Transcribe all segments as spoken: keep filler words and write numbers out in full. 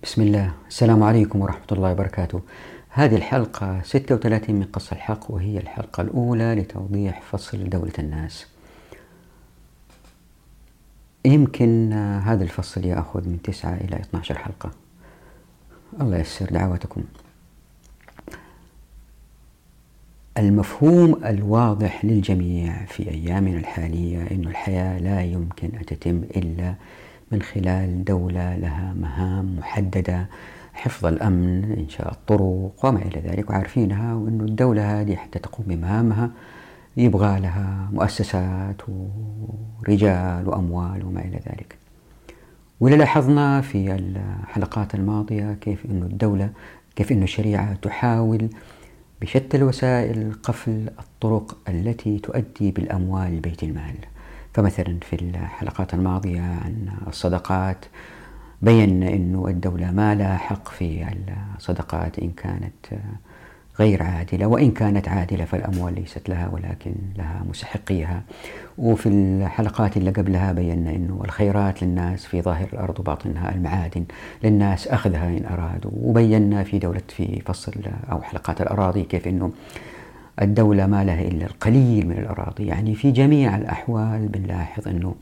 بسم الله. السلام عليكم ورحمة الله وبركاته. هذه الحلقة ستة وثلاثين من قص الحق، وهي الحلقة الأولى لتوضيح فصل دولة الناس. يمكن هذا الفصل يأخذ من تسعة إلى اثنتي عشرة حلقة، الله ييسر دعواتكم. المفهوم الواضح للجميع في أيامنا الحالية أن الحياة لا يمكن أن تتم إلا من خلال دولة لها مهام محددة، حفظ الأمن، إنشاء الطرق وما إلى ذلك، وعارفينها، وأن الدولة هذه حتى تقوم بمهامها يبغى لها مؤسسات ورجال وأموال وما إلى ذلك. ولاحظنا في الحلقات الماضية كيف أن الدولة كيف أن الشريعة تحاول بشتى الوسائل قفل الطرق التي تؤدي بالأموال لبيت المال. فمثلا في الحلقات الماضية عن الصدقات بينا أن الدولة ما لها حق في الصدقات إن كانت غير عادلة، وإن كانت عادلة فالأموال ليست لها ولكن لها مستحقيها. وفي الحلقات اللي قبلها بينا أنه الخيرات للناس في ظاهر الأرض وباطنها، المعادن للناس أخذها إن أرادوا. وبينا في دولة في فصل أو حلقات الأراضي كيف أنه الدولة ما لها إلا القليل من الأراضي. يعني في جميع الأحوال بنلاحظ أنه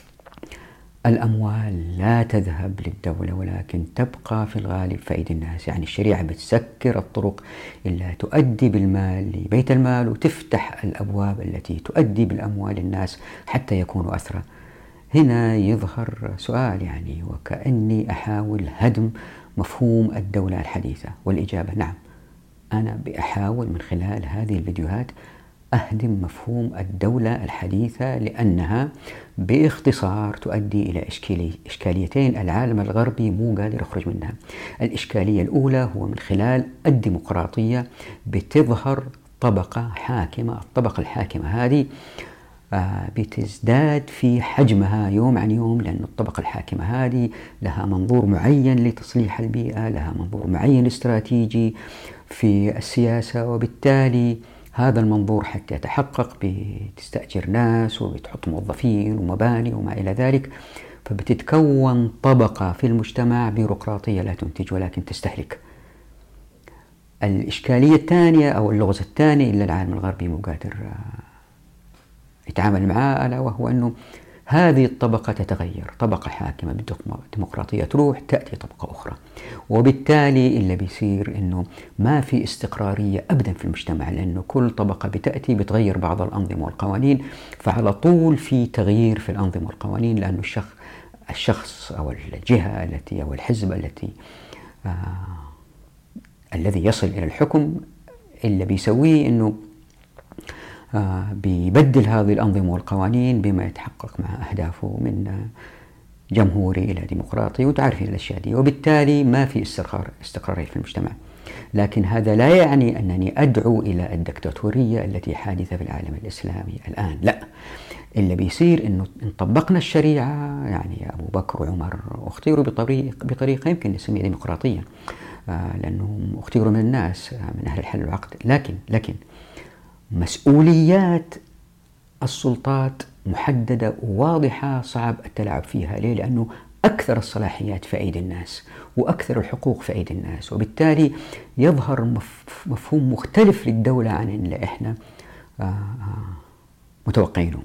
الأموال لا تذهب للدولة ولكن تبقى في الغالب في أيدي الناس. يعني الشريعة بتسكر الطرق إلا تؤدي بالمال لبيت المال، وتفتح الأبواب التي تؤدي بالأموال للناس حتى يكونوا أثرى. هنا يظهر سؤال، يعني وكأني أحاول هدم مفهوم الدولة الحديثة، والإجابة نعم، أنا بأحاول من خلال هذه الفيديوهات أهدم مفهوم الدولة الحديثة، لأنها باختصار تؤدي إلى إشكاليتين العالم الغربي مو قادر يخرج منها. الإشكالية الأولى هو من خلال الديمقراطية بتظهر طبقة حاكمة. الطبقة الحاكمة هذه بتزداد في حجمها يوم عن يوم، لأن الطبقة الحاكمة هذه لها منظور معين لتصليح البيئة، لها منظور معين استراتيجي في السياسة، وبالتالي هذا المنظور حتى يتحقق بتستأجر ناس وبتحط موظفين ومباني وما إلى ذلك، فبتتكون طبقة في المجتمع بيروقراطية لا تنتج ولكن تستهلك. الإشكالية الثانية أو اللغز الثاني اللي العالم الغربي مو قادر يتعامل معاه، ألا وهو أنه هذه الطبقة تتغير. طبقة حاكمة بالديمقراطية تروح تأتي طبقة أخرى، وبالتالي اللي بيصير أنه ما في استقرارية أبدا في المجتمع، لأنه كل طبقة بتأتي بتغير بعض الأنظمة والقوانين، فعلى طول في تغيير في الأنظمة والقوانين، لأنه الشخص الشخص أو الجهة التي أو الحزب التي آه الذي يصل إلى الحكم اللي بيسويه أنه آه بيبدل هذه الأنظمة والقوانين بما يتحقق مع أهدافه من جمهوري إلى ديمقراطي، وتعرفين الأشياء دي، وبالتالي ما في استقرار استقرارية في المجتمع. لكن هذا لا يعني أنني أدعو إلى الدكتاتورية التي حادثة في العالم الإسلامي الآن، لا. اللي بيصير إنه إن طبقنا الشريعة، يعني أبو بكر وعمر اختيروا بطريق بطريقة يمكن نسميها ديمقراطية، آه لأنهم اختيروا من الناس، آه من أهل الحل والعقد، لكن لكن مسؤوليات السلطات محددة وواضحة، صعب التلاعب فيها. ليه؟ لأنه أكثر الصلاحيات في أيدي الناس وأكثر الحقوق في أيدي الناس، وبالتالي يظهر مفهوم مختلف للدولة عن اللي إحنا متوقعينه.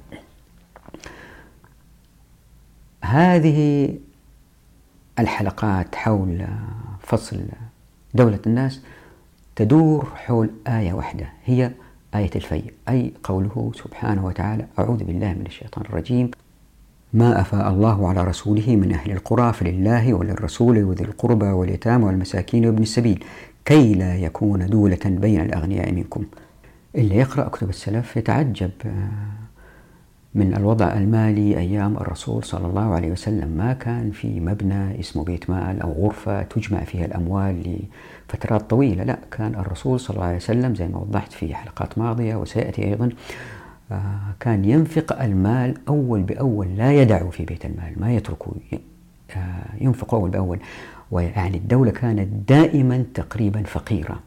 هذه الحلقات حول فصل دولة الناس تدور حول آية واحدة، هي آية الفيء، أي قوله سبحانه وتعالى: أعوذ بالله من الشيطان الرجيم: ما أفاء الله على رسوله من أهل القرى فلله وللرسول وذي القربى واليتامى والمساكين وابن السبيل كي لا يكون دولة بين الأغنياء منكم. اللي يقرأ كتب السلف يتعجب من الوضع المالي أيام الرسول صلى الله عليه وسلم. ما كان في مبنى اسمه بيت مال أو غرفة تجمع فيها الأموال لفترات طويلة، لا. كان الرسول صلى الله عليه وسلم زي ما وضحت في حلقات ماضية وسيأتي أيضا، كان ينفق المال أول بأول، لا يدعه في بيت المال، ما يتركه، ينفق أول بأول. ويعني الدولة كانت دائما تقريبا فقيرة.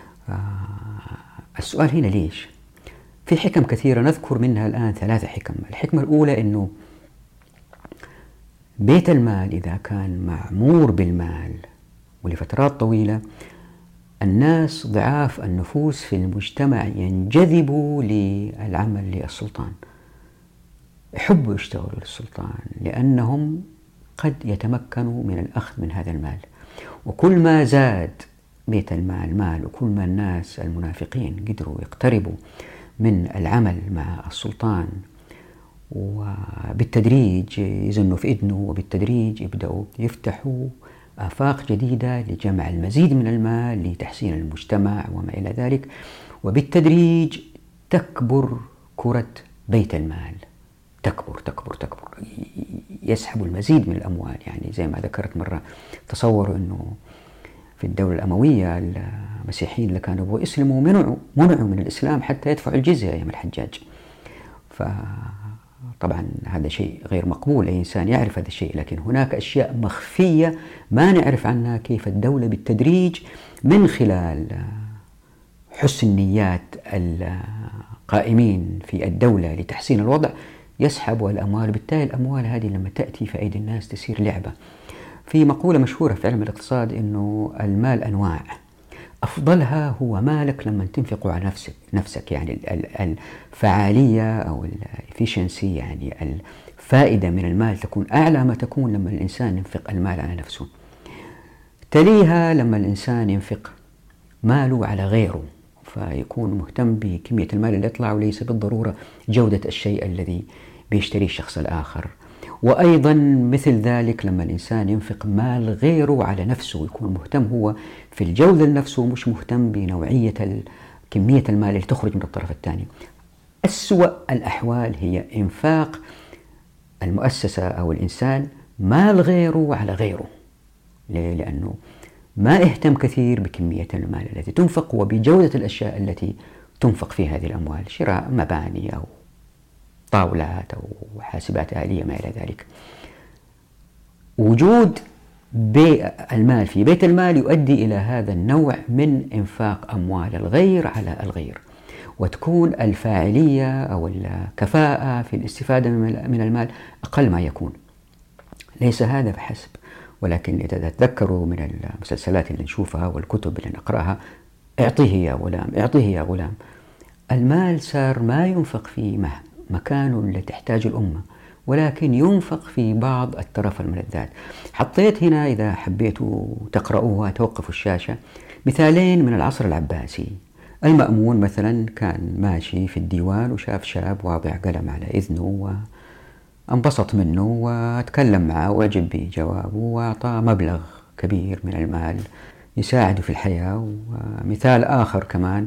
السؤال هنا ليش؟ في حكم كثيرة نذكر منها الآن ثلاثة حكم. الحكمة الأولى أنه بيت المال إذا كان معمور بالمال ولفترات طويلة الناس ضعاف النفوس في المجتمع ينجذبوا للعمل للسلطان، يحبوا يشتغلوا للسلطان لأنهم قد يتمكنوا من الأخذ من هذا المال. وكل ما زاد بيت المال مال، وكل ما الناس المنافقين قدروا يقتربوا من العمل مع السلطان وبالتدريج يزنوا في إذنه، وبالتدريج يبدأوا يفتحوا آفاق جديدة لجمع المزيد من المال لتحسين المجتمع وما إلى ذلك، وبالتدريج تكبر كرة بيت المال، تكبر تكبر تكبر يسحب المزيد من الأموال. يعني زي ما ذكرت مرة، تصوروا أنه في الدولة الأموية المسيحيين اللي كانوا يبغوا يسلموا منعوا منعوا من الإسلام حتى يدفعوا الجزية أيام الحجاج. فطبعا هذا شيء غير مقبول، أي إنسان يعرف هذا الشيء، لكن هناك أشياء مخفية ما نعرف عنها، كيف الدولة بالتدريج من خلال حسن نيات القائمين في الدولة لتحسين الوضع يسحبوا الأموال. بالتالي الأموال هذه لما تأتي في أيدي الناس تصير لعبة. في مقولة مشهورة في علم الاقتصاد إنه المال أنواع، أفضلها هو مالك لما تنفقه على نفسك نفسك يعني الفعالية أو الإفيشنسي، يعني الفائدة من المال تكون أعلى ما تكون لما الإنسان ينفق المال على نفسه. تليها لما الإنسان ينفق ماله على غيره، فيكون مهتم بكمية المال اللي يطلع وليس بالضرورة جودة الشيء الذي بيشتريه الشخص الآخر. وأيضا مثل ذلك لما الإنسان ينفق مال غيره على نفسه، يكون مهتم هو في الجودة لنفسه، مش مهتم بنوعية كمية المال اللي تخرج من الطرف الثاني. أسوأ الأحوال هي إنفاق المؤسسة أو الإنسان مال غيره على غيره. ليه؟ لأنه ما اهتم كثير بكمية المال التي تنفق وبجودة الأشياء التي تنفق في هذه الأموال، شراء مباني أو طاولات أو حاسبات آلية ما إلى ذلك. وجود المال في بيت المال يؤدي إلى هذا النوع من إنفاق أموال الغير على الغير، وتكون الفاعلية أو الكفاءة في الاستفادة من المال أقل ما يكون. ليس هذا فحسب، ولكن إذا تذكروا من المسلسلات اللي نشوفها والكتب اللي نقرأها، اعطيه يا غلام اعطيه يا غلام. المال صار ما ينفق في مكانه اللي تحتاج الأمة، ولكن ينفق في بعض الترف الملذات. حطيت هنا إذا حبيتوا تقرأوها توقفوا الشاشة مثالين من العصر العباسي. المأمون مثلا كان ماشي في الديوان وشاف شاب واضع قلم على إذنه وانبسط منه وتكلم معه واعجب بجوابه وأعطاه مبلغ كبير من المال يساعده في الحياة. ومثال آخر كمان،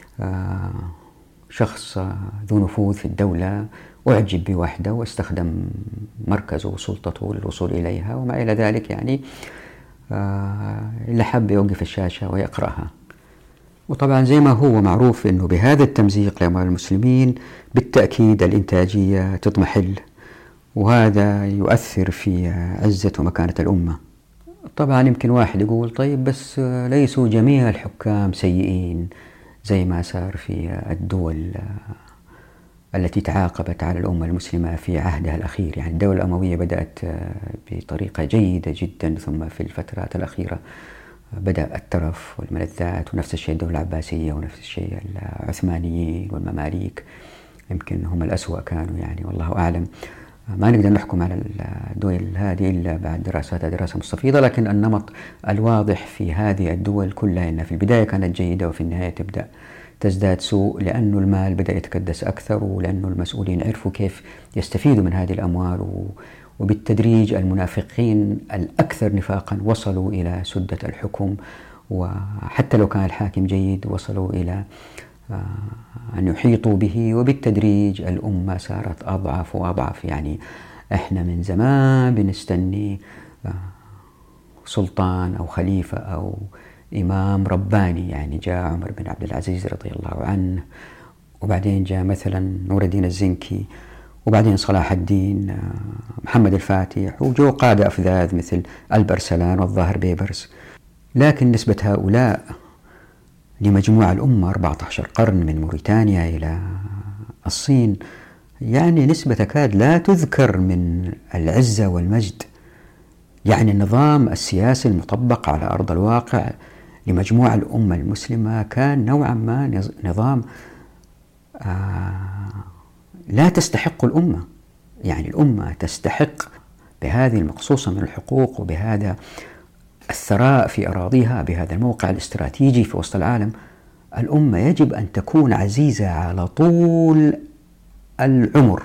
شخص ذو نفوذ في الدولة أعجب بواحدة واستخدم مركزه وسلطته للوصول إليها وما إلى ذلك، يعني اللي حب يوقف الشاشة ويقرأها. وطبعا زي ما هو معروف أنه بهذا التمزيق لأموال المسلمين بالتأكيد الإنتاجية تضمحل، وهذا يؤثر في عزة ومكانة الأمة. طبعا يمكن واحد يقول طيب بس ليسوا جميع الحكام سيئين زي ما صار في الدول التي تعاقبت على الأمة المسلمة في عهدها الأخير. يعني الدولة الأموية بدأت بطريقة جيدة جدا، ثم في الفترات الأخيرة بدأ الترف والملذات، ونفس الشيء الدولة العباسية، ونفس الشيء العثمانيين والمماليك يمكن هم الأسوأ كانوا، يعني والله أعلم. ما نقدر نحكم على الدول هذه إلا بعد دراساتها دراسة مستفيضة، لكن النمط الواضح في هذه الدول كلها أنها في البداية كانت جيدة وفي النهاية تبدأ تزداد سوء، لأنه المال بدأ يتكدس أكثر، ولأنه المسؤولين عرفوا كيف يستفيدوا من هذه الأموال، وبالتدريج المنافقين الأكثر نفاقا وصلوا إلى سدة الحكم، وحتى لو كان الحاكم جيد وصلوا إلى أن يحيطوا به، وبالتدريج الأمة صارت أضعف وأضعف. يعني إحنا من زمان بنستني سلطان أو خليفة أو إمام رباني، يعني جاء عمر بن عبد العزيز رضي الله عنه، وبعدين جاء مثلا نور الدين الزنكي، وبعدين صلاح الدين محمد الفاتح، وجو قادة أفذاذ مثل البرسلان والظاهر بيبرس. لكن نسبة هؤلاء لمجموع الأمة أربعة عشر قرن من موريتانيا إلى الصين، يعني نسبة تكاد لا تذكر من العزة والمجد. يعني النظام السياسي المطبق على أرض الواقع لمجموعة الأمة المسلمة كان نوعا ما نظام آه لا تستحق الأمة. يعني الأمة تستحق بهذه المقصوصة من الحقوق وبهذا الثراء في أراضيها، بهذا الموقع الاستراتيجي في وسط العالم. الأمة يجب أن تكون عزيزة على طول العمر.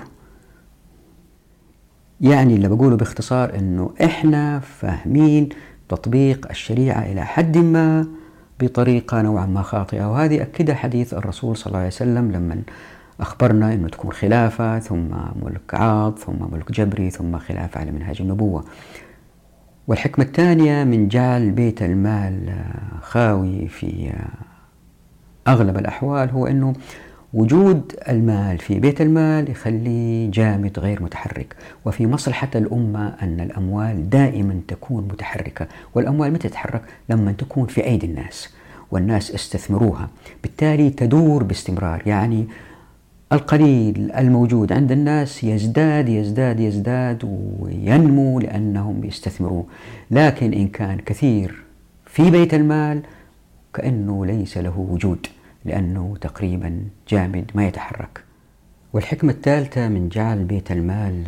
يعني اللي بقوله باختصار أنه إحنا فاهمين تطبيق الشريعة إلى حد ما بطريقة نوعا ما خاطئة، وهذه أكدها حديث الرسول صلى الله عليه وسلم لما أخبرنا أنه تكون خلافة ثم ملك عاض ثم ملك جبري ثم خلافة على منهاج النبوة. والحكمة الثانية من جعل بيت المال خاوي في أغلب الأحوال هو أنه وجود المال في بيت المال يخليه جامد غير متحرك، وفي مصلحة الأمة أن الأموال دائما تكون متحركة. والأموال متى تتحرك؟ لما تكون في أيدي الناس والناس استثمروها، بالتالي تدور باستمرار. يعني القليل الموجود عند الناس يزداد يزداد يزداد وينمو لأنهم يستثمروه، لكن إن كان كثير في بيت المال كأنه ليس له وجود لأنه تقريبا جامد ما يتحرك. والحكمة الثالثة من جعل بيت المال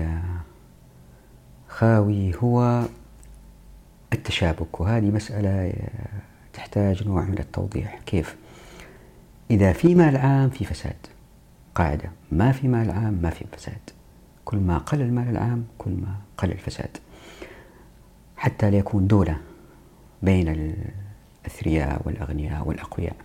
خاوي هو التشابك، وهذه مسألة تحتاج نوع من التوضيح. كيف؟ إذا في مال عام في فساد، قاعدة ما في مال عام ما في فساد، كل ما قل المال العام كل ما قل الفساد، حتى ليكون دولة بين الأثرياء والأغنياء والأقوياء.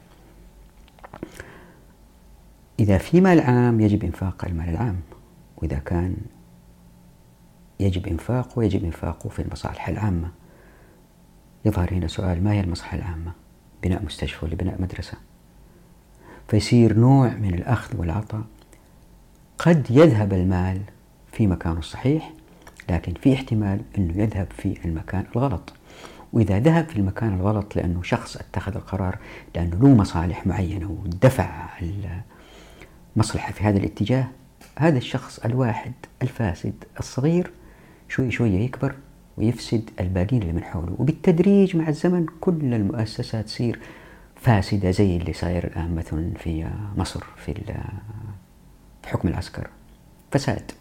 إذا في مال عام يجب إنفاق المال العام، وإذا كان يجب إنفاقه يجب إنفاقه في المصالح العامة. يظهر هنا سؤال: ما هي المصلحة العامة؟ بناء مستشفى ولا بناء مدرسة؟ فيصير نوع من الأخذ والعطاء. قد يذهب المال في مكانه الصحيح، لكن في احتمال أنه يذهب في المكان الغلط. وإذا ذهب في المكان الغلط لأنه شخص اتخذ القرار لأنه له مصالح معينة ودفع المصلحة في هذا الاتجاه، هذا الشخص الواحد الفاسد الصغير شوي شوي يكبر ويفسد الباقين اللي من حوله، وبالتدريج مع الزمن كل المؤسسات تصير فاسدة زي اللي صاير الآن مثلا في مصر في حكم العسكر، فساد.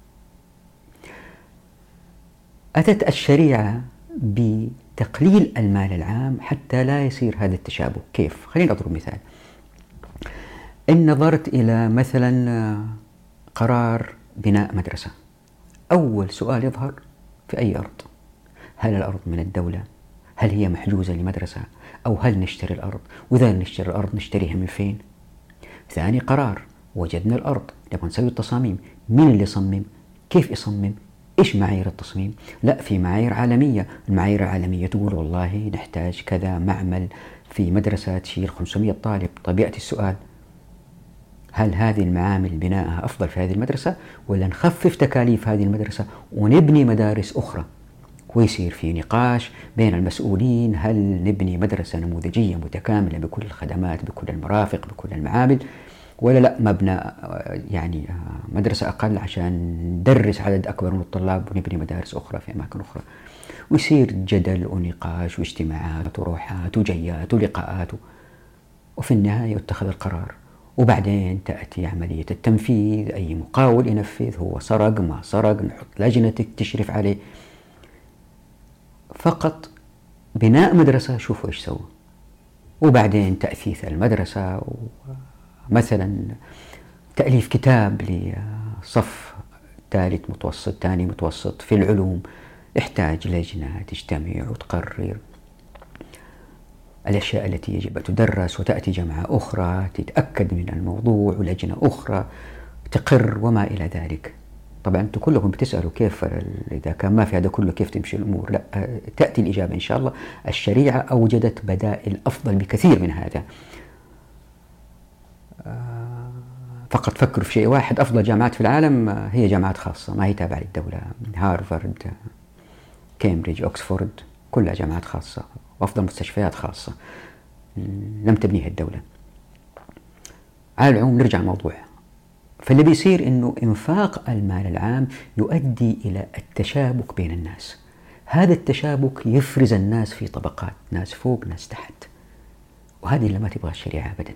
أتت الشريعة بتقليل المال العام حتى لا يصير هذا التشابه. كيف؟ خلينا أضرب مثال. إن نظرت إلى مثلا قرار بناء مدرسة، أول سؤال يظهر في أي أرض: هل الأرض من الدولة؟ هل هي محجوزة لمدرسة؟ أو هل نشتري الأرض؟ وإذا نشتري الأرض نشتريها من فين؟ ثاني قرار: وجدنا الأرض، نبغى نسوي التصاميم، مين اللي يصمم؟ كيف يصمم؟ إيش معايير التصميم؟ لا، في معايير عالمية. المعايير العالمية تقول والله نحتاج كذا معمل في مدرسة تشيل خمسمائة طالب. طيب يأتي السؤال: هل هذه المعامل بناءها أفضل في هذه المدرسة، ولا نخفف تكاليف هذه المدرسة ونبني مدارس أخرى؟ ويصير في نقاش بين المسؤولين: هل نبني مدرسة نموذجية متكاملة بكل الخدمات بكل المرافق بكل المعامل، ولا لا مبنى يعني مدرسة أقل عشان ندرس عدد أكبر من الطلاب ونبني مدارس أخرى في أماكن أخرى؟ ويصير جدل ونقاش واجتماعات وروحات وجيات ولقاءات، وفي النهاية يتخذ القرار. وبعدين تأتي عملية التنفيذ، أي مقاول ينفذ، هو سرق ما سرق، نحط لجنة تشرف عليه. فقط بناء مدرسة شوفوا إيش سووا، وبعدين تأثيث المدرسة، مثلا تأليف كتاب لصف ثالث متوسط ثاني متوسط في العلوم، يحتاج لجنة تجتمع وتقرر الأشياء التي يجب أن تدرس، وتأتي جماعة أخرى تتأكد من الموضوع، ولجنة أخرى تقر وما إلى ذلك. طبعا أنتم كلكم بتسألوا كيف إذا كان ما في هذا كله كيف تمشي الأمور؟ لا، تأتي الإجابة إن شاء الله. الشريعة أوجدت بدائل أفضل بكثير من هذا. فقط فكروا في شيء واحد: أفضل جامعات في العالم هي جامعات خاصة ما هي تابعة للدولة. هارفارد، كامبريدج، أكسفورد، كلها جامعات خاصة، وأفضل مستشفيات خاصة لم تبنيها الدولة. على العموم نرجع الموضوع. فاللي بيصير إنه إنفاق المال العام يؤدي إلى التشابك بين الناس. هذا التشابك يفرز الناس في طبقات، ناس فوق ناس تحت، وهذه اللي ما تبغى الشريعة أبدا.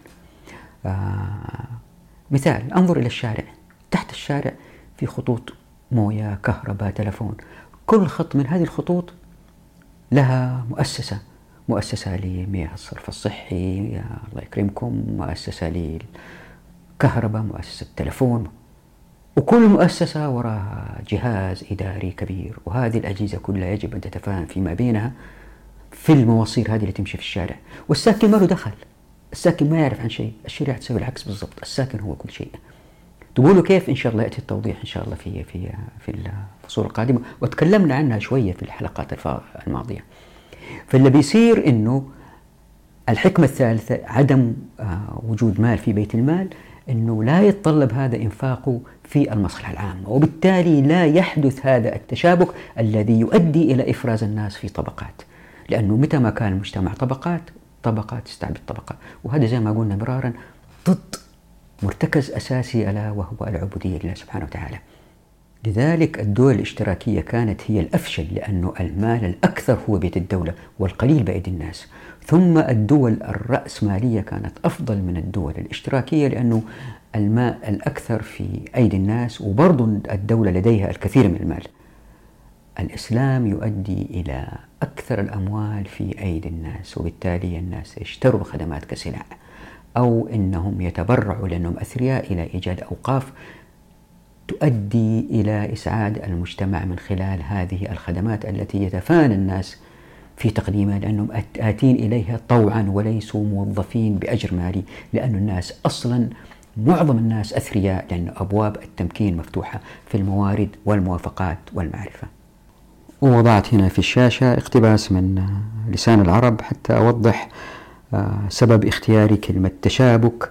آه مثال، انظر إلى الشارع، تحت الشارع في خطوط موية، كهرباء، تلفون، كل خط من هذه الخطوط لها مؤسسة، مؤسسة لمياه الصرف الصحي، يا الله يكرمكم، مؤسسة للكهرباء، مؤسسة تلفون، وكل مؤسسة وراها جهاز إداري كبير، وهذه الأجهزة كلها يجب أن تتفاهم فيما بينها في المواصير هذه اللي تمشي في الشارع. والساكن ما له دخل، الساكن ما يعرف عن شيء، الشريعة تسوي العكس بالضبط، الساكن هو كل شيء. تقولوا كيف؟ إن شاء الله يأتي التوضيح إن شاء الله في في في الفصول القادمة، وتكلمنا عنها شوية في الحلقات الماضية. فاللي بيصير إنه الحكمة الثالثة عدم وجود مال في بيت المال، إنه لا يتطلب هذا إنفاقه في المصلحة العامة، وبالتالي لا يحدث هذا التشابك الذي يؤدي إلى إفراز الناس في طبقات، لأنه متى ما كان المجتمع طبقات، طبقات تستعبد طبقة، وهذا زي ما قلنا مرارا ضد مرتكز أساسي ألا وهو العبودية لله سبحانه وتعالى. لذلك الدول الاشتراكية كانت هي الأفشل، لأنه المال الأكثر هو بيد الدولة والقليل بأيدي الناس. ثم الدول الرأسمالية كانت أفضل من الدول الاشتراكية، لأنه الماء الأكثر في أيدي الناس، وبرضو الدولة لديها الكثير من المال. الإسلام يؤدي إلى أكثر الأموال في أيدي الناس، وبالتالي الناس يشتروا الخدمات كسلع، أو إنهم يتبرعوا لأنهم أثرياء إلى إيجاد أوقاف تؤدي إلى إسعاد المجتمع من خلال هذه الخدمات التي يتفانى الناس في تقديمها، لأنهم آتين إليها طوعا وليسوا موظفين بأجر مالي، لأن الناس أصلا معظم الناس أثرياء، لأن أبواب التمكين مفتوحة في الموارد والموافقات والمعرفة. ووضعت هنا في الشاشة اقتباس من لسان العرب حتى أوضح سبب اختياري كلمة تشابك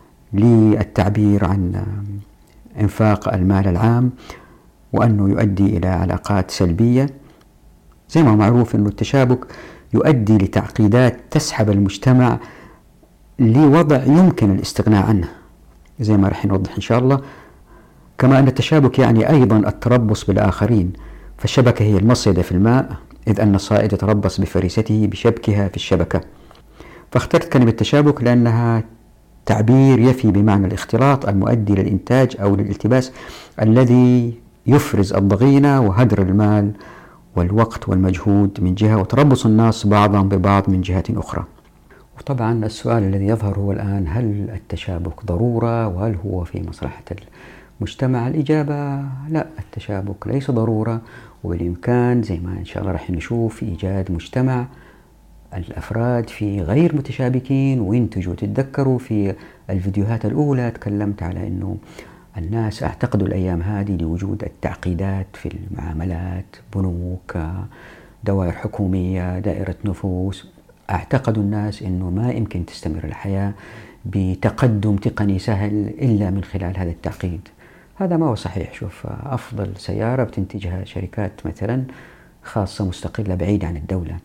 للتعبير عن إنفاق المال العام، وأنه يؤدي إلى علاقات سلبية. زي ما معروف أنه التشابك يؤدي لتعقيدات تسحب المجتمع لوضع يمكن الاستغناء عنه، زي ما رح نوضح إن شاء الله. كما أن التشابك يعني أيضا التربص بالآخرين، فالشبكة هي المصيدة في الماء، إذ أن الصائد يتربص بفريسته بشبكها في الشبكة. فاخترت كلمة تشابك لأنها تعبير يفي بمعنى الاختلاط المؤدي للإنتاج أو للالتباس الذي يفرز الضغينة وهدر المال والوقت والمجهود من جهة، وتربص الناس بعضهم ببعض من جهة أخرى. وطبعا السؤال الذي يظهر هو الآن: هل التشابك ضرورة؟ وهل هو في مصلحة المجتمع؟ الإجابة لا، التشابك ليس ضرورة، وبالإمكان زي ما إن شاء الله رح نشوف إيجاد مجتمع الأفراد فيه غير متشابكين وينتجوا. تتذكروا في الفيديوهات الأولى تكلمت على أنه الناس اعتقدوا الأيام هذه لوجود التعقيدات في المعاملات، بنوك، دوائر حكومية، دائرة نفوس، اعتقدوا الناس أنه ما يمكن تستمر الحياة بتقدم تقني سهل إلا من خلال هذا التعقيد. هذا ما هو صحيح. شوف، أفضل سيارة بتنتجها شركات مثلا خاصة مستقلة بعيدة عن الدولة.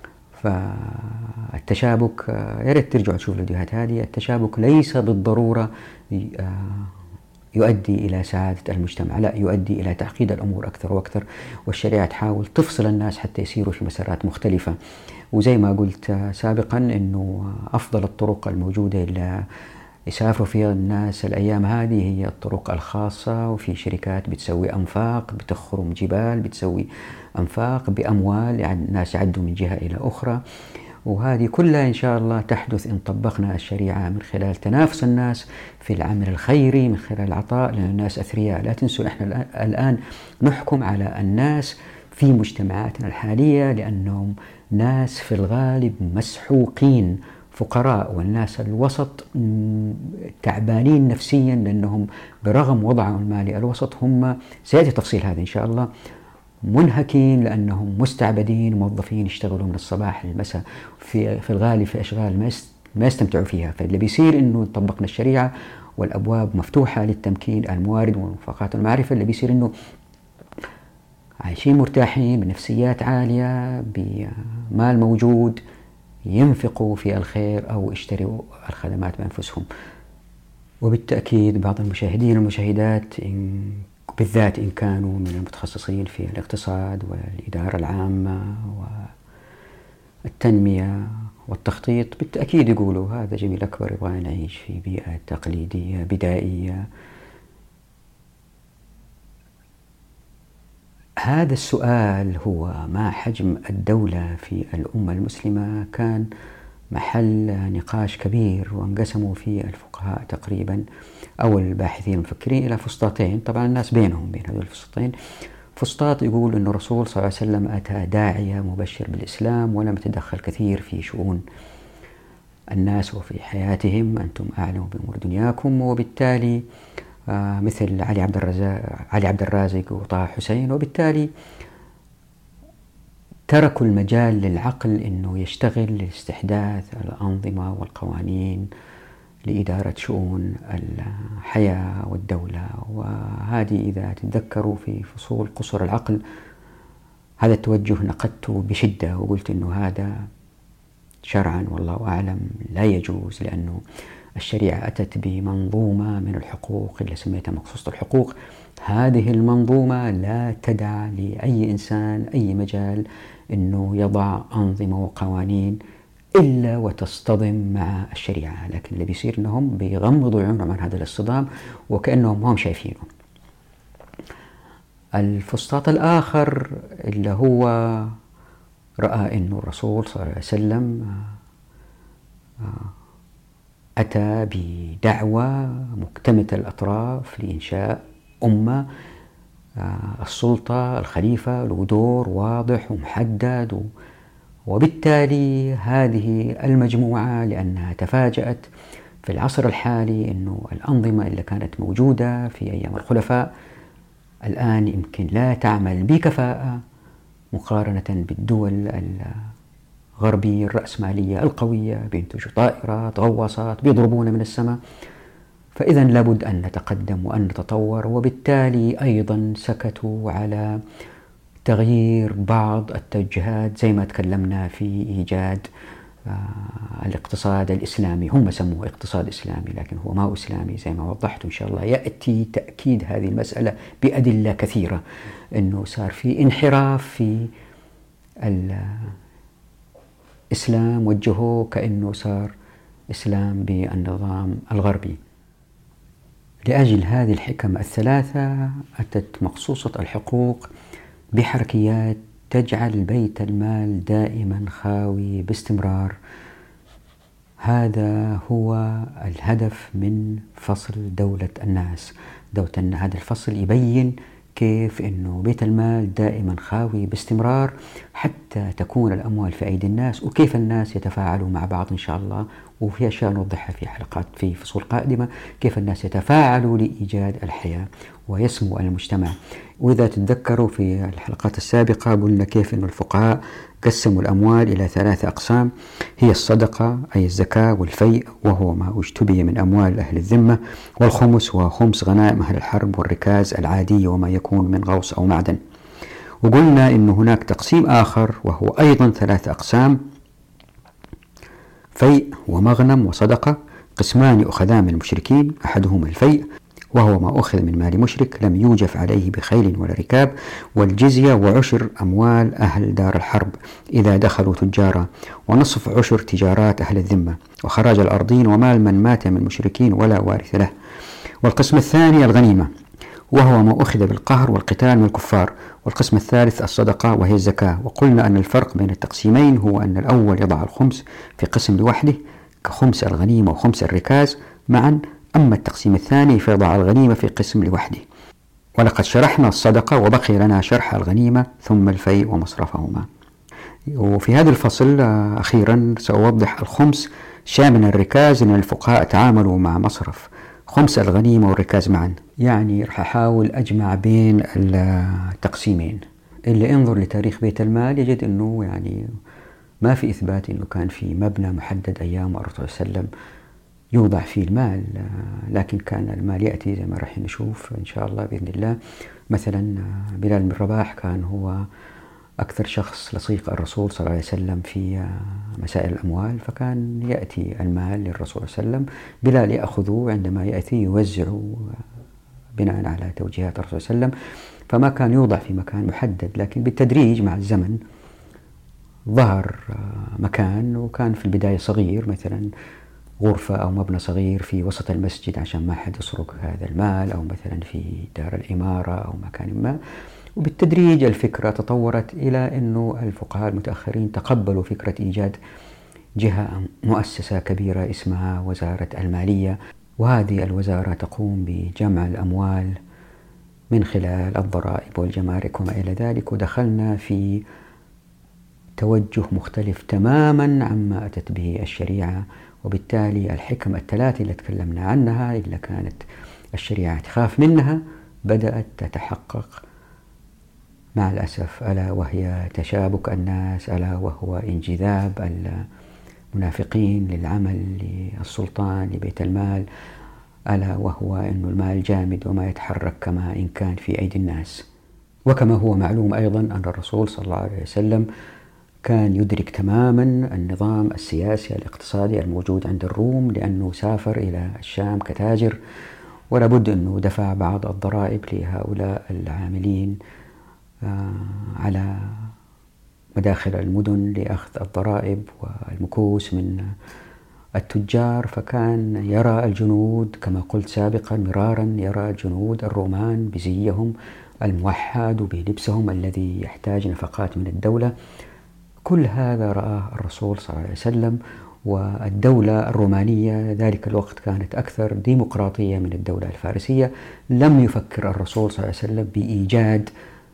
فالتشابك، يا ريت ترجعوا تشوفوا الفيديوهات هذه، التشابك ليس بالضرورة يؤدي إلى سعادة المجتمع، لا، يؤدي إلى تعقيد الأمور أكثر وأكثر، والشريعة تحاول تفصل الناس حتى يسيروا في مسارات مختلفة. وزي ما قلت سابقا أنه أفضل الطرق الموجودة اللي يسافروا فيها الناس الأيام هذه هي الطرق الخاصة، وفي شركات بتسوي أنفاق، بتخرم جبال، بتسوي أنفاق بأموال، يعني الناس يعدوا من جهة إلى أخرى. وهذه كلها إن شاء الله تحدث إن طبقنا الشريعة من خلال تنافس الناس في العمل الخيري، من خلال العطاء، لأن الناس أثرياء. لا تنسوا إحنا الآن نحكم على الناس في مجتمعاتنا الحالية لأنهم ناس في الغالب مسحوقين فقراء، والناس الوسط تعبانين نفسيا لأنهم برغم وضعهم المالي الوسط هم، سيأتي تفصيل هذا إن شاء الله، منهكين لأنهم مستعبدين، موظفين يشتغلوا من الصباح للمساء في في الغالب في أشغال ما ما يستمتعوا فيها. فاللي بيصير إنه طبقنا الشريعة والأبواب مفتوحة للتمكين، الموارد والموافقات والمعرفة، اللي بيصير إنه عايشين مرتاحين بنفسيات عالية بمال موجود، ينفقوا في الخير أو يشتروا الخدمات بأنفسهم. وبالتأكيد بعض المشاهدين والمشاهدات إن بالذات إن كانوا من المتخصصين في الاقتصاد والإدارة العامة والتنمية والتخطيط، بالتأكيد يقولوا هذا جميل أكبر يبغى نعيش في بيئة تقليدية بدائية. هذا السؤال هو ما حجم الدولة في الأمة المسلمة كان محل نقاش كبير، وانقسموا فيه الفقهاء تقريبا أو الباحثين المفكرين إلى فسطاطين. طبعا الناس بينهم بين هذول الفسطاطين. فسطاط يقول أن الرسول صلى الله عليه وسلم أتى داعية مبشر بالإسلام ولم يتدخل كثير في شؤون الناس وفي حياتهم، أنتم أعلم بأمور دنياكم. وبالتالي آه مثل علي عبد الرزاق علي عبد الرازق وطه حسين، وبالتالي تركوا المجال للعقل أنه يشتغل لاستحداث الأنظمة والقوانين لإدارة شؤون الحياة والدولة. وهذه إذا تتذكروا في فصول قصر العقل هذا التوجه نقدته بشدة، وقلت أنه هذا شرعا والله أعلم لا يجوز، لأنه الشريعة أتت بمنظومة من الحقوق اللي سميتها مقصوصة الحقوق. هذه المنظومة لا تدع لأي إنسان أي مجال أنه يضع أنظمة وقوانين إلا وتصطدم مع الشريعة، لكن اللي بيصير أنهم بيغمضوا عيونهم عن هذا الاصطدام وكأنهم هم شايفينه. الفسطاط الآخر اللي هو رأى أن الرسول صلى الله عليه وسلم أتى بدعوة مكتملة الأطراف لإنشاء أمة، السلطة الخليفة له دور واضح ومحدد، وبالتالي هذه المجموعة لأنها تفاجأت في العصر الحالي أنه الأنظمة اللي كانت موجودة في أيام الخلفاء الآن يمكن لا تعمل بكفاءة مقارنة بالدول الغربية الرأسمالية القوية، بينتجوا طائرات غواصات بيضربون من السماء. فإذا لابد أن نتقدم وأن نتطور، وبالتالي أيضا سكتوا على تغيير بعض التوجهات زي ما تكلمنا في إيجاد آه الاقتصاد الإسلامي. هم سموه اقتصاد إسلامي لكن هو ما هو إسلامي زي ما وضحت. إن شاء الله يأتي تأكيد هذه المسألة بأدلة كثيرة، أنه صار في انحراف في الإسلام، وجهوه كأنه صار إسلام بالنظام الغربي. لأجل هذه الحكم الثلاثة أتت مقصوصة الحقوق بحركيات تجعل بيت المال دائما خاوي باستمرار. هذا هو الهدف من فصل دولة الناس. دولة الناس هذا الفصل يبين كيف أنه بيت المال دائما خاوي باستمرار حتى تكون الأموال في أيدي الناس، وكيف الناس يتفاعلوا مع بعض إن شاء الله. وفي أشياء نوضحها في حلقات في فصول قادمة، كيف الناس يتفاعلوا لإيجاد الحياة ويسمو المجتمع. وإذا تتذكروا في الحلقات السابقة قلنا كيف أن الفقهاء قسموا الأموال إلى ثلاثة أقسام، هي الصدقة أي الزكاة، والفيء وهو ما اجتبي من أموال أهل الذمة، والخمس وهو خمس غنائم أهل الحرب، والركاز العادي وما يكون من غوص أو معدن. وقلنا أن هناك تقسيم آخر وهو أيضا ثلاثة أقسام، فيء ومغنم وصدقة، قسمان أخذان من المشركين، أحدهما الفيء وهو ما أخذ من مال مشرك لم يوجف عليه بخيل ولا ركاب، والجزية وعشر أموال أهل دار الحرب إذا دخلوا تجارا، ونصف عشر تجارات أهل الذمة، وخراج الأرضين ومال من مات من المشركين ولا وارث له. والقسم الثاني الغنيمة وهو ما أخذ بالقهر والقتال من الكفار. والقسم الثالث الصدقة وهي الزكاة. وقلنا أن الفرق بين التقسيمين هو أن الأول يضع الخمس في قسم لوحده كخمس الغنيمة وخمس الركاز معا، أما التقسيم الثاني فيضع الغنيمة في قسم لوحده. ولقد شرحنا الصدقة وبقي لنا شرح الغنيمة ثم الفيء ومصرفهما. وفي هذا الفصل أخيرا سأوضح الخمس شامل الركاز، أن الفقهاء تعاملوا مع مصرف خمس الغنيمة والركاز معا، يعني راح أحاول أجمع بين التقسيمين. اللي انظر لتاريخ بيت المال يجد أنه يعني ما في إثبات أنه كان في مبنى محدد أيام الرسول صلى الله عليه وسلم يوضع فيه المال، لكن كان المال يأتي زي ما راح نشوف إن شاء الله بإذن الله. مثلا بلال بن رباح كان هو أكثر شخص لصيق الرسول صلى الله عليه وسلم في مسائل الأموال، فكان يأتي المال للرسول صلى الله عليه وسلم، بلال يأخذه عندما يأتي يوزع بناء على توجيهات الرسول صلى الله عليه وسلم، فما كان يوضع في مكان محدد، لكن بالتدريج مع الزمن ظهر مكان، وكان في البداية صغير، مثلا غرفة أو مبنى صغير في وسط المسجد عشان ما حد يسرق هذا المال، أو مثلا في دار الإمارة أو مكان ما. وبالتدريج الفكرة تطورت إلى أنه الفقهاء المتأخرين تقبلوا فكرة إيجاد جهة مؤسسة كبيرة اسمها وزارة المالية، وهذه الوزارة تقوم بجمع الأموال من خلال الضرائب والجمارك وما إلى ذلك. ودخلنا في توجه مختلف تماما عما أتت به الشريعة، وبالتالي الحكم الثلاث اللي تكلمنا عنها اللي كانت الشريعة تخاف منها بدأت تتحقق مع الأسف، ألا وهي تشابك الناس، ألا وهو انجذاب المنافقين للعمل للسلطان لبيت المال، ألا وهو أن المال جامد وما يتحرك كما إن كان في أيدي الناس. وكما هو معلوم أيضا أن الرسول صلى الله عليه وسلم كان يدرك تماما النظام السياسي الاقتصادي الموجود عند الروم، لأنه سافر إلى الشام كتاجر، ولا بد أنه دفع بعض الضرائب لهؤلاء العاملين على مداخل المدن لأخذ الضرائب والمكوس من التجار. فكان يرى الجنود كما قلت سابقا مرارا، يرى الجنود الرومان بزيهم الموحد وبلبسهم الذي يحتاج نفقات من الدولة. كل هذا رآه الرسول صلى الله عليه وسلم. والدولة الرومانية ذلك الوقت كانت أكثر ديمقراطية من الدولة الفارسية. لم يفكر الرسول صلى الله عليه وسلم بإيجاد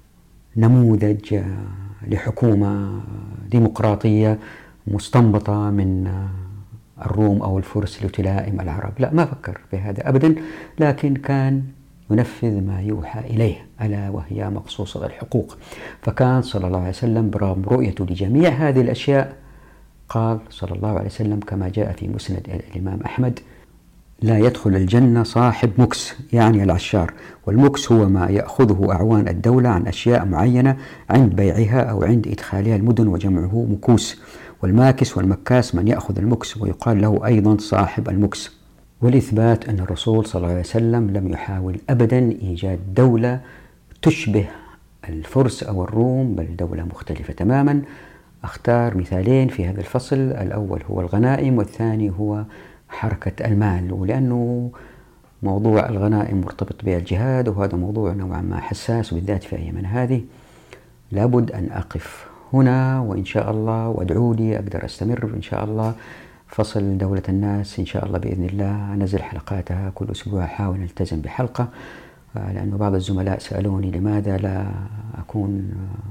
نموذج لحكومة ديمقراطية مستنبطة من الروم أو الفرس لتلائم العرب، لا، ما فكر بهذا أبدا، لكن كان ينفذ ما يوحى إليه، ألا وهي مقصوصة الحقوق. فكان صلى الله عليه وسلم برغم رؤيته لجميع هذه الأشياء قال صلى الله عليه وسلم كما جاء في مسند الإمام أحمد: لا يدخل الجنة صاحب مكس، يعني العشار، والمكس هو ما يأخذه أعوان الدولة عن أشياء معينة عند بيعها أو عند إدخالها المدن وجمعه مكوس، والماكس والمكاس من يأخذ المكس ويقال له أيضا صاحب المكس. والإثبات أن الرسول صلى الله عليه وسلم لم يحاول أبدا إيجاد دولة تشبه الفرس أو الروم، بل دولة مختلفة تماما. أختار مثالين في هذا الفصل، الأول هو الغنائم والثاني هو حركة المال، ولأنه موضوع الغنائم مرتبط بالجهاد، وهذا موضوع نوعا ما حساس وبالذات في أيامنا هذه. لابد أن أقف هنا وإن شاء الله، وادعوا لي أقدر أستمر إن شاء الله. فصل دولة الناس إن شاء الله بإذن الله أنزل حلقاتها كل أسبوع، أحاول ألتزم بحلقة، لأنه بعض الزملاء سألوني لماذا لا أكون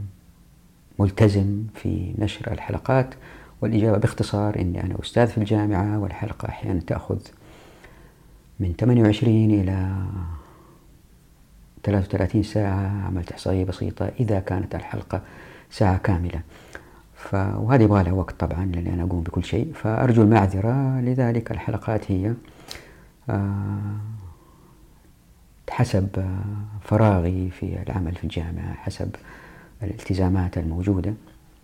ملتزم في نشر الحلقات، والإجابة باختصار إني أنا أستاذ في الجامعة، والحلقة أحيانا تأخذ من ثمانية وعشرين إلى ثلاثة وثلاثين ساعة. عملت إحصائية بسيطة إذا كانت الحلقة ساعة كاملة، ف... وهذه يبغى لها وقت طبعا لأن أنا أقوم بكل شيء، فأرجو المعذرة. لذلك الحلقات هي آه حسب فراغي في العمل في الجامعة، حسب الالتزامات الموجودة.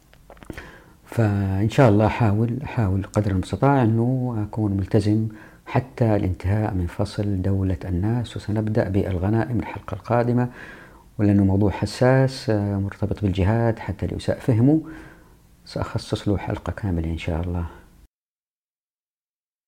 فإن شاء الله أحاول أحاول قدر المستطاع أنه أكون ملتزم حتى الانتهاء من فصل دولة الناس، وسنبدأ بالغنائم الحلقة القادمة، ولأنه موضوع حساس مرتبط بالجهاد حتى ليساء فهمه سأخصص له حلقة كاملة إن شاء الله.